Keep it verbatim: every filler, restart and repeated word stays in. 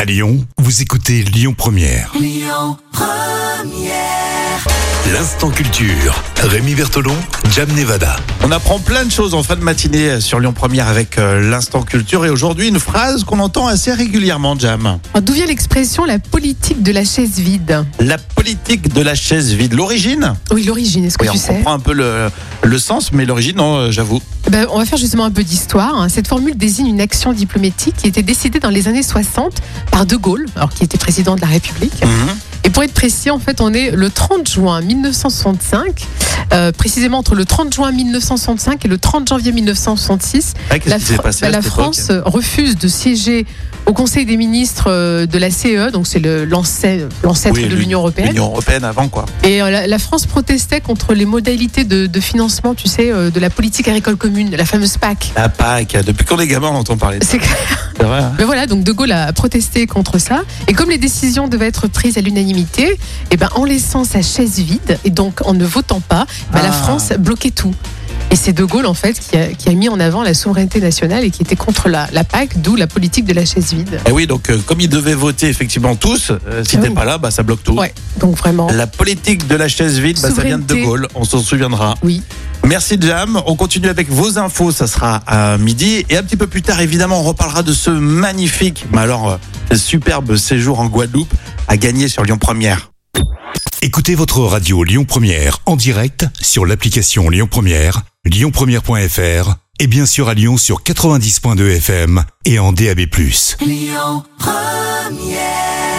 À Lyon, vous écoutez Lyon Première. Lyon Première. L'instant culture. Rémi Bertolon, Jam Nevada. On apprend plein de choses en fin de matinée sur Lyon Première avec euh, l'instant culture et aujourd'hui une phrase qu'on entend assez régulièrement, Jam. Alors, d'où vient l'expression la politique de la chaise vide? La politique de la chaise vide. L'origine? Oui, l'origine, est-ce que Oui, tu on sais? comprend un peu le, le sens, mais l'origine, non, euh, j'avoue. Ben, on va faire justement un peu d'histoire. Cette formule désigne une action diplomatique qui était décidée dans les années soixante par De Gaulle, alors qui était président de la République. Mhm. Et pour être précis, en fait, on est le trente juin mille neuf cent soixante-cinq, euh, précisément entre le trente juin mille neuf cent soixante-cinq et le trente janvier mille neuf cent soixante-six. Ah, qu'est-ce La, qui s'est Fr- passé ben, à la cette France époque refuse de siéger au Conseil des ministres euh, de la C E E, donc c'est le, l'ancêtre, l'ancêtre Oui, de l'Union européenne. L'Union européenne avant, quoi. Et euh, la, la France protestait contre les modalités de, de financement, tu sais, euh, de la politique agricole commune, la fameuse P A C. La P A C, depuis qu'on est gamin, on entend parler de ça. C'est clair. C'est vrai, hein. Mais voilà, donc De Gaulle a protesté contre ça. Et comme les décisions devaient être prises à l'unanimité, et ben en laissant sa chaise vide et donc en ne votant pas, ben Ah. la France bloquait tout. Et c'est De Gaulle en fait qui a, qui a mis en avant la souveraineté nationale et qui était contre la, la P A C, d'où la politique de la chaise vide. Et oui, donc euh, comme ils devaient voter effectivement tous, euh, si Ah t'es oui. pas là, bah ça bloque tout. Ouais, donc vraiment, La politique de la chaise vide, bah, ça vient de De Souveraineté. Gaulle, on s'en souviendra. oui. Merci Jam, on continue avec vos infos, ça sera à midi. Et un petit peu plus tard, évidemment, on reparlera de ce magnifique, mais alors euh, superbe séjour en Guadeloupe à gagner sur Lyon Première. Écoutez votre radio Lyon Première en direct sur l'application Lyon Première, lyon première point f r et bien sûr à Lyon sur quatre-vingt-dix point deux F M et en D A B plus. Lyon Première.